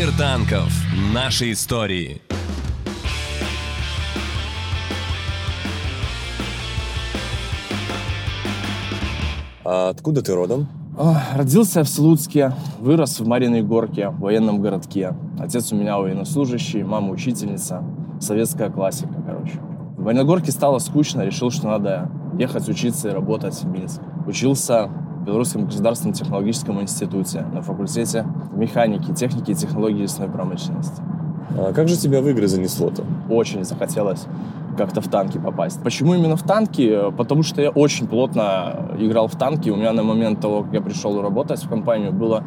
Мир танков. Наши истории. А откуда ты родом? Родился я в Слуцке, вырос в Марьиной Горке, в военном городке. Отец у меня военнослужащий, мама учительница. Советская классика, короче. В Марьиной Горке стало скучно, решил, что надо ехать учиться и работать в Минск. Учился в Белорусском государственном технологическом институте на факультете механики, техники и технологии лесной промышленности. А как же тебя в игры занесло-то? Очень захотелось как-то в танки попасть. Почему именно в танки? Потому что я очень плотно играл в танки. У меня на момент того, как я пришел работать в компанию, было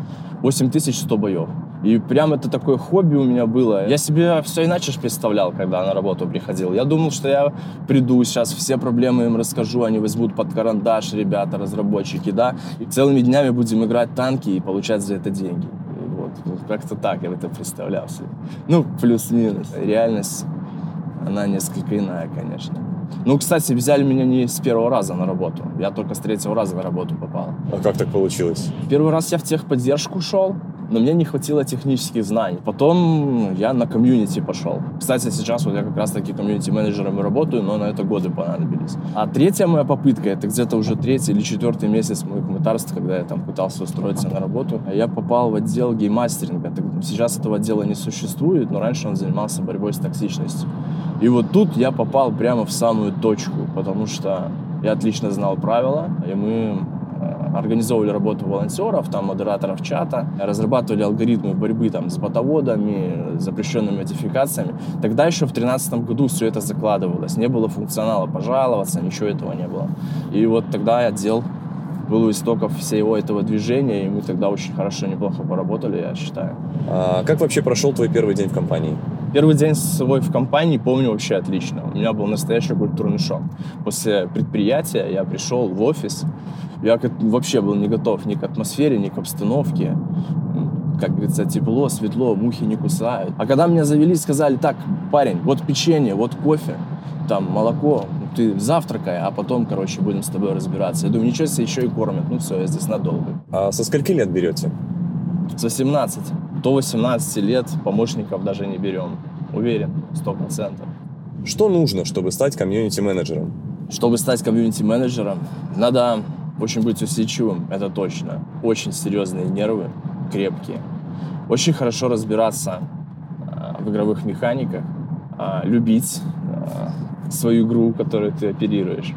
8100 боев. И прям это такое хобби у меня было. Я себе все иначе представлял, когда на работу приходил. Я думал, что я приду, сейчас все проблемы им расскажу, они возьмут под карандаш, ребята, разработчики, да. И целыми днями будем играть в танки и получать за это деньги. Вот. Как-то так я это представлял себе. Плюс-минус. Реальность, она несколько иная, конечно. Кстати, взяли меня не с первого раза на работу. Я только с третьего раза на работу попал. А как так получилось? Первый раз я в техподдержку шел, но мне не хватило технических знаний. Потом я на комьюнити пошел. Кстати, сейчас я как раз-таки комьюнити-менеджером и работаю, но на это годы понадобились. А третья моя попытка, это где-то уже 3-й или 4-й месяц моих мытарств, когда я там пытался устроиться на работу. Я попал в отдел геймастеринга. Сейчас этого отдела не существует, но раньше он занимался борьбой с токсичностью. И вот тут я попал прямо в самую точку, потому что я отлично знал правила, и мы организовывали работу волонтеров, модераторов чата, разрабатывали алгоритмы борьбы с ботоводами, запрещенными модификациями. Тогда еще в 2013 году все это закладывалось. Не было функционала пожаловаться, ничего этого не было. И вот тогда отдел был у истоков всего этого движения, и мы тогда очень хорошо, неплохо поработали, я считаю. А как вообще прошел твой первый день в компании? Первый день свой в компании помню вообще отлично. У меня был настоящий культурный шок. После предприятия я пришел в офис. Я вообще был не готов ни к атмосфере, ни к обстановке. Как говорится, тепло, светло, мухи не кусают. А когда меня завели, сказали: так, парень, вот печенье, вот кофе, молоко, ты завтракай, а потом, будем с тобой разбираться. Я думаю, ничего себе, еще и кормят. Все, я здесь надолго. А со скольки лет берете? С 18. До 18 лет помощников даже не берем. Уверен, 100%. Что нужно, чтобы стать комьюнити-менеджером? Чтобы стать комьюнити-менеджером, надо очень быть усидчивым, это точно. Очень серьезные нервы, крепкие. Очень хорошо разбираться в игровых механиках, любить свою игру, которой ты оперируешь.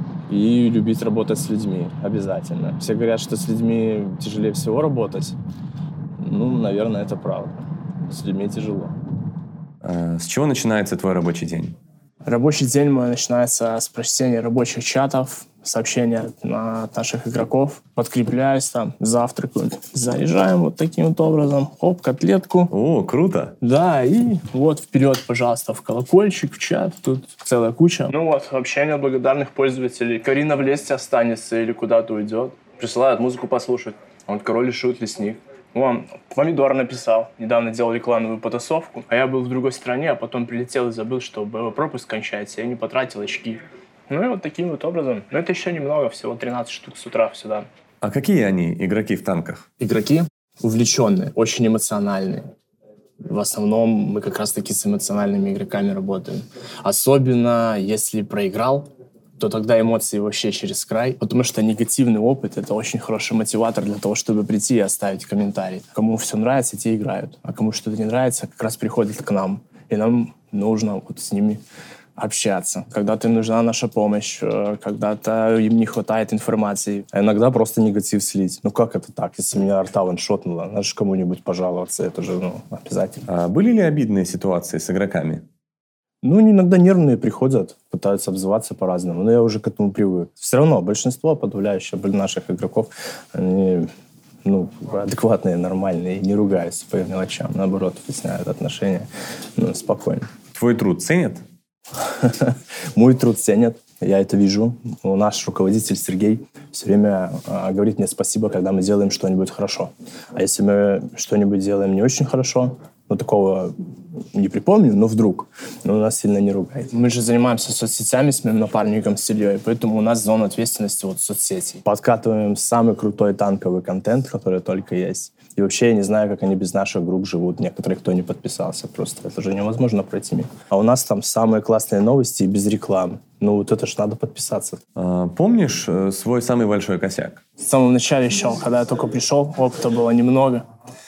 И любить работать с людьми обязательно. Все говорят, что с людьми тяжелее всего работать. Наверное, это правда. С людьми тяжело. С чего начинается твой рабочий день? Рабочий день мой начинается с прочтения рабочих чатов, сообщения от наших игроков. Подкрепляюсь завтракаю. Заряжаем вот таким вот образом. Котлетку. О, круто! Да, и вперед, пожалуйста, в колокольчик, в чат. Тут целая куча. Общение благодарных пользователей. Карина в лесте останется или куда-то уйдет. Присылают музыку послушать. Король и Шут, лесник. Помидор написал. Недавно делал рекламную потасовку, а я был в другой стране, а потом прилетел и забыл, что пропуск кончается, я не потратил очки. И таким вот образом. Но это еще немного, всего 13 штук с утра сюда. А какие они, игроки в танках? Игроки увлеченные, очень эмоциональные. В основном мы как раз-таки с эмоциональными игроками работаем. Особенно если проиграл, то тогда эмоции вообще через край, потому что негативный опыт — это очень хороший мотиватор для того, чтобы прийти и оставить комментарий. Кому все нравится, те играют, а кому что-то не нравится, как раз приходят к нам, и нам нужно с ними общаться. Когда-то им нужна наша помощь, когда-то им не хватает информации, а иногда просто негатив слить. Как это так? Если меня арта ваншотнула, надо же кому-нибудь пожаловаться, это же обязательно. А были ли обидные ситуации с игроками? Иногда нервные приходят, пытаются обзываться по-разному, но я уже к этому привык. Все равно большинство, подавляющее наших игроков, они адекватные, нормальные, не ругаются по мелочам, наоборот, выясняют отношения спокойно. Твой труд ценят? Мой труд ценят, я это вижу. Наш руководитель Сергей все время говорит мне спасибо, когда мы делаем что-нибудь хорошо. А если мы что-нибудь делаем не очень хорошо, такого не припомню, но вдруг. Но он нас сильно не ругает. Мы же занимаемся соцсетями с моим напарником, с Ильей, поэтому у нас зона ответственности соцсети. Подкатываем самый крутой танковый контент, который только есть. И вообще я не знаю, как они без наших групп живут. Некоторые, кто не подписался, просто это же невозможно пройти мимо. А у нас там самые классные новости и без рекламы. Ну вот это ж надо подписаться. Помнишь свой самый большой косяк? В самом начале еще, когда я только пришел, опыта было немного.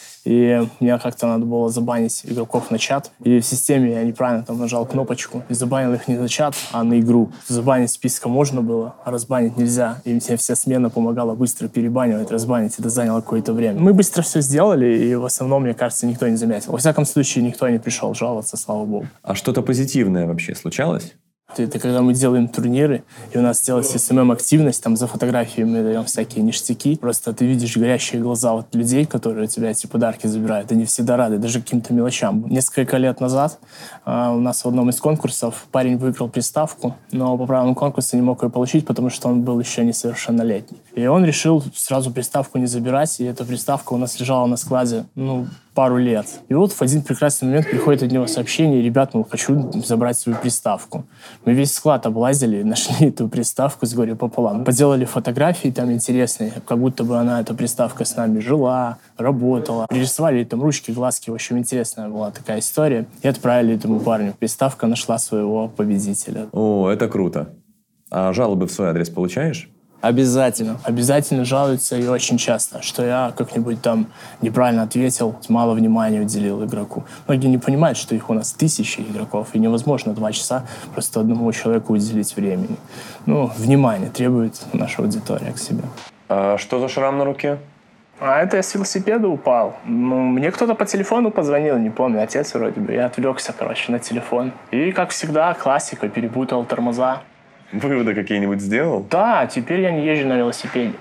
И мне как-то надо было забанить игроков на чат. И в системе я неправильно там нажал кнопочку и забанил их не на чат, а на игру. Забанить списка можно было, а разбанить нельзя. И мне вся смена помогала быстро перебанивать, разбанить. Это заняло какое-то время. Мы быстро все сделали, и в основном, мне кажется, никто не заметил. Во всяком случае, никто не пришел жаловаться, слава богу. А что-то позитивное вообще случалось? Это когда мы делаем турниры, и у нас делается СММ-активность, там за фотографии мы даем всякие ништяки. Просто ты видишь горящие глаза вот людей, которые у тебя эти подарки забирают. Они всегда рады, даже каким-то мелочам. Несколько лет назад у нас в одном из конкурсов парень выиграл приставку, но по правилам конкурса не мог ее получить, потому что он был еще несовершеннолетний. И он решил сразу приставку не забирать, и эта приставка у нас лежала на складе, пару лет. И вот в один прекрасный момент приходит от него сообщение: ребят, хочу забрать свою приставку. Мы весь склад облазили, нашли эту приставку с горя пополам. Поделали фотографии там интересные, как будто бы эта приставка с нами жила, работала. Пририсовали там ручки, глазки. В общем, интересная была такая история. И отправили этому парню. Приставка нашла своего победителя. О, это круто. А жалобы в свой адрес получаешь? Обязательно. Обязательно жалуются и очень часто, что я как-нибудь там неправильно ответил, мало внимания уделил игроку. Многие не понимают, что их у нас тысячи игроков, и невозможно 2 часа просто одному человеку уделить времени. Внимание требует наша аудитория к себе. А что за шрам на руке? А это я с велосипеда упал. Мне кто-то по телефону позвонил, не помню, отец вроде бы. Я отвлекся, на телефон. И, как всегда, классика, перепутал тормоза. Выводы какие-нибудь сделал? Да, теперь я не езжу на велосипеде.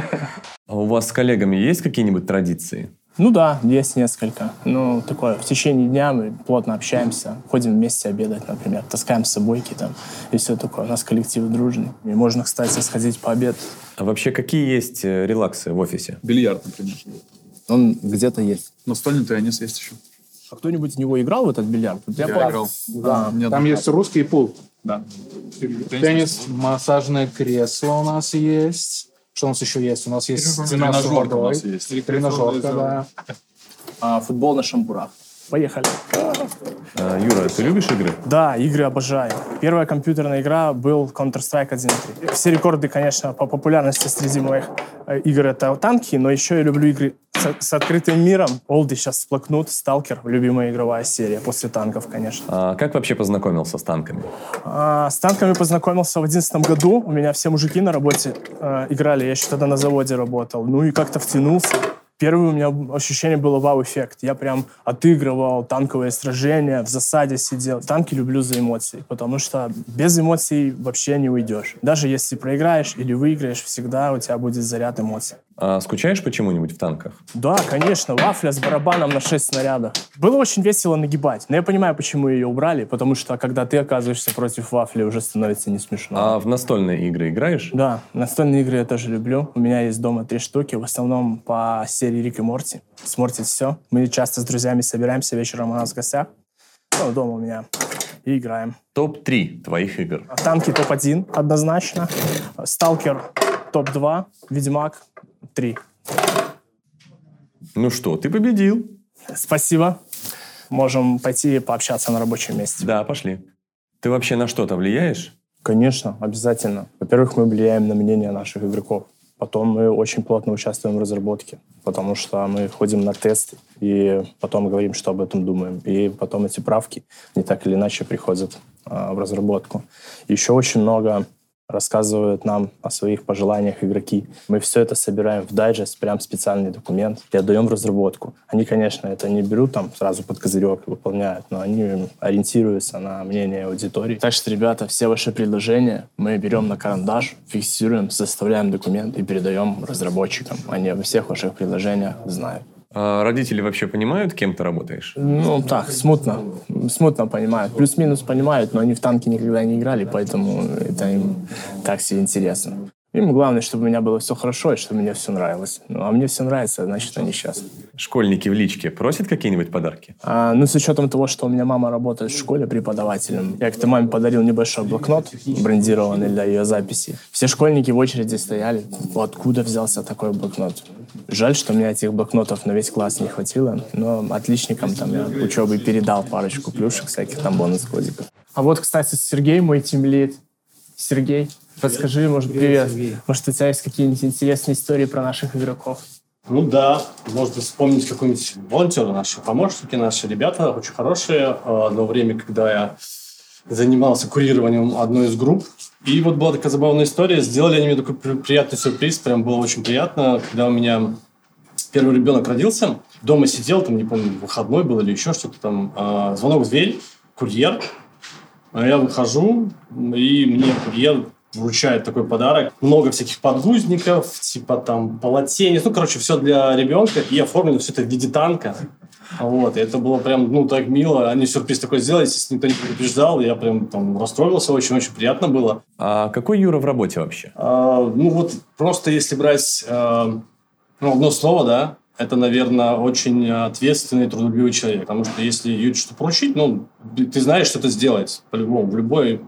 А у вас с коллегами есть какие-нибудь традиции? Да, есть несколько. Такое, в течение дня мы плотно общаемся, ходим вместе обедать, например, таскаем с собойки там, и все такое. У нас коллектив дружный. И можно, кстати, сходить пообедать. А вообще какие есть релаксы в офисе? Бильярд, например. Он где-то есть. Настольный теннис есть еще. А кто-нибудь в него играл, в этот бильярд? Я играл. Да. Там есть русский пул. Да. Теннис, массажное кресло у нас есть. Что у нас еще есть? У нас есть Тренажерка у нас есть. Тренажерка, да. Футбол на шампурах. Поехали. Юра, ты любишь игры? Да, игры обожаю. Первая компьютерная игра был Counter-Strike 1.3. Все рекорды, конечно, по популярности среди моих игр — это танки, но еще я люблю игры с открытым миром. Олды сейчас всплакнут. Сталкер — любимая игровая серия, после танков, конечно. А как вообще познакомился с танками? С танками познакомился в 2011 году. У меня все мужики на работе играли. Я еще тогда на заводе работал. И как-то втянулся. Первое у меня ощущение было вау-эффект. Я прям отыгрывал танковые сражения, в засаде сидел. Танки люблю за эмоции, потому что без эмоций вообще не уйдешь. Даже если проиграешь или выиграешь, всегда у тебя будет заряд эмоций. А скучаешь почему-нибудь в танках? Да, конечно, вафля с барабаном на 6 снарядов. Было очень весело нагибать, но я понимаю, почему ее убрали, потому что когда ты оказываешься против вафли, уже становится не смешно. А в настольные игры играешь? Да, настольные игры я тоже люблю. У меня есть дома 3 штуки, в основном по серии Рик и Морти. С Морти все. Мы часто с друзьями собираемся вечером у нас в гостях. Дома у меня. И играем. Топ-3 твоих игр? Танки топ-1 однозначно. Сталкер топ-2. Ведьмак 3. Ну что, ты победил. Спасибо. Можем пойти пообщаться на рабочем месте. Да, пошли. Ты вообще на что-то влияешь? Конечно, обязательно. Во-первых, мы влияем на мнение наших игроков. Потом мы очень плотно участвуем в разработке, потому что мы ходим на тесты и потом говорим, что об этом думаем. И потом эти правки не так или иначе приходят в разработку. Еще очень много рассказывают нам о своих пожеланиях игроки. Мы все это собираем в дайджест, прям специальный документ, и отдаем в разработку. Они, конечно, это не берут там сразу под козырек и выполняют, но они ориентируются на мнение аудитории. Так что, ребята, все ваши предложения мы берем на карандаш, фиксируем, составляем документ и передаем разработчикам. Они обо всех ваших предложениях знают. А родители вообще понимают, кем ты работаешь? Так, смутно. Смутно понимают. Плюс-минус понимают, но они в танки никогда не играли, поэтому это им так себе интересно. Им главное, чтобы у меня было все хорошо и чтобы мне все нравилось. А мне все нравится, значит, они счастливы. Школьники в личке просят какие-нибудь подарки? С учетом того, что у меня мама работает в школе преподавателем, я как-то маме подарил небольшой блокнот, брендированный для ее записи. Все школьники в очереди стояли. Откуда взялся такой блокнот? Жаль, что у меня этих блокнотов на весь класс не хватило, но отличникам там я учебы передал парочку плюшек, всяких там бонус-кодиков. А вот, кстати, Сергей, мой тимлид. Сергей, подскажи, может, привет. Может, у тебя есть какие-нибудь интересные истории про наших игроков? Ну да, можно вспомнить какой-нибудь волонтеры наши, помощники наши, ребята очень хорошие. Одно время, когда я занимался курированием одной из групп, и вот была такая забавная история, сделали они мне такой приятный сюрприз, прям было очень приятно, когда у меня первый ребенок родился, дома сидел, там, не помню, выходной был или еще что-то там, звонок в дверь, курьер, а я выхожу, и мне курьер вручает такой подарок. Много всяких подгузников, типа там полотенец. Ну, короче, все для ребенка. И оформлено все это в виде танка. Вот. И это было прям, ну, так мило. Они сюрприз такой сделали, если никто не предупреждал. Я прям там расстроился. Очень-очень приятно было. А какой Юра в работе вообще? Ну, вот просто если брать одно слово, да, это, наверное, очень ответственный, трудолюбивый человек. Потому что если Юре что-то поручить, ну, ты знаешь, что это сделать. По-любому. В любой...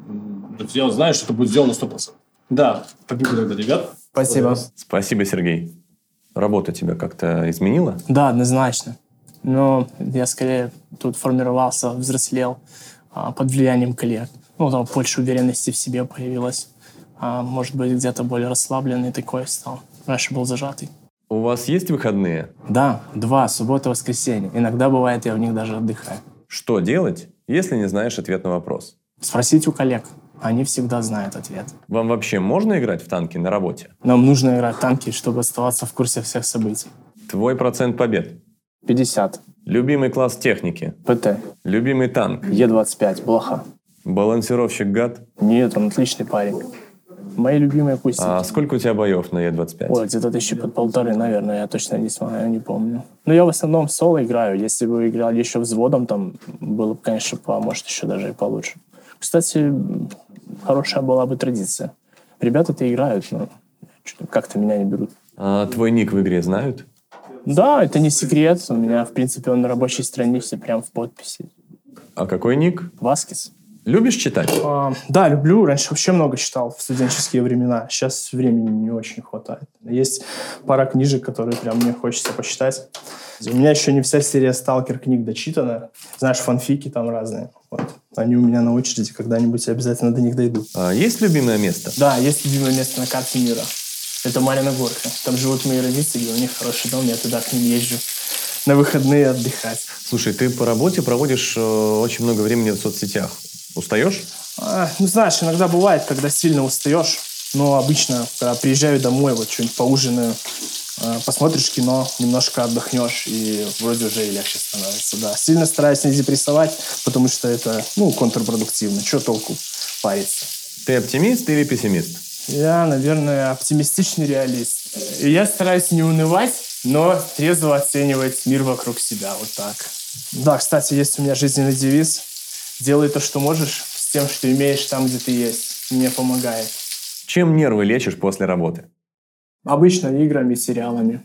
Я знаю, что это будет сделано 100%. Да, побегу тогда, ребят. Спасибо. Спасибо, Сергей. Работа тебя как-то изменила? Да, однозначно. Но я скорее тут формировался, взрослел под влиянием коллег. Ну, там больше уверенности в себе появилось. Может быть, где-то более расслабленный такой стал. Раньше был зажатый. У вас есть выходные? Да, 2, суббота, воскресенье. Иногда бывает, я в них даже отдыхаю. Что делать, если не знаешь ответ на вопрос? Спросить у коллег. Они всегда знают ответ. Вам вообще можно играть в танки на работе? Нам нужно играть в танки, чтобы оставаться в курсе всех событий. Твой процент побед? 50. Любимый класс техники? ПТ. Любимый танк? Е-25. Блоха. Балансировщик гад? Нет, он отличный парень. Мои любимые пусть. А сколько у тебя боев на Е-25? Ой, где-то 1500, наверное, я точно не знаю, не помню. Но я в основном соло играю. Если бы играли еще взводом, там было бы, конечно, может, еще даже и получше. Кстати, хорошая была бы традиция. Ребята-то играют, но как-то меня не берут. А твой ник в игре знают? Да, это не секрет. У меня, в принципе, он на рабочей странице, прям в подписи. А какой ник? Васкис. Любишь читать? Да, люблю. Раньше вообще много читал в студенческие времена. Сейчас времени не очень хватает. Есть пара книжек, которые прям мне хочется почитать. У меня еще не вся серия «Сталкер» книг дочитана. Знаешь, фанфики там разные. Вот. Они у меня на очереди. Когда-нибудь я обязательно до них дойду. А есть любимое место? Да, есть любимое место на карте мира. Это Марьина Горка. Там живут мои родители, у них хороший дом. Я туда к ним езжу на выходные отдыхать. Слушай, ты по работе проводишь очень много времени в соцсетях. Устаешь? Ну, знаешь, иногда бывает, когда сильно устаешь. Но обычно, когда приезжаю домой, вот что-нибудь поужинаю, посмотришь кино, немножко отдохнешь, и вроде уже и легче становится, да. Сильно стараюсь не депрессовать, потому что это, контрпродуктивно. Чего толку париться? Ты оптимист или пессимист? Я, наверное, оптимистичный реалист. И я стараюсь не унывать, но трезво оценивать мир вокруг себя, вот так. Да, кстати, есть у меня жизненный девиз. Делай то, что можешь, с тем, что имеешь там, где ты есть. Мне помогает. Чем нервы лечишь после работы? Обычно играми, сериалами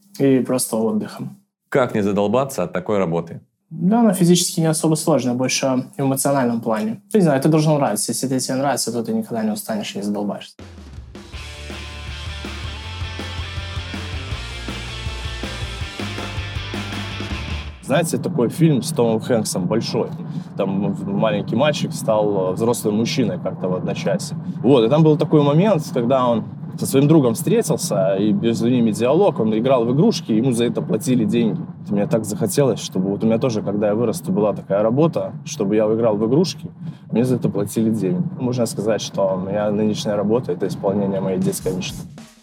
и просто отдыхом. Как не задолбаться от такой работы? Да, но физически не особо сложно, больше в эмоциональном плане. Не знаю, это должно нравиться. Если это тебе нравится, то ты никогда не устанешь и не задолбаешься. Знаете, такой фильм с Томом Хэнксом большой. Там маленький мальчик стал взрослым мужчиной как-то в одночасье. Вот, и там был такой момент, когда он со своим другом встретился, и между ними диалог, он играл в игрушки, ему за это платили деньги. Мне так захотелось, чтобы вот у меня тоже, когда я вырасту, была такая работа, чтобы я играл в игрушки, мне за это платили деньги. Можно сказать, что у меня нынешняя работа — это исполнение моей детской мечты.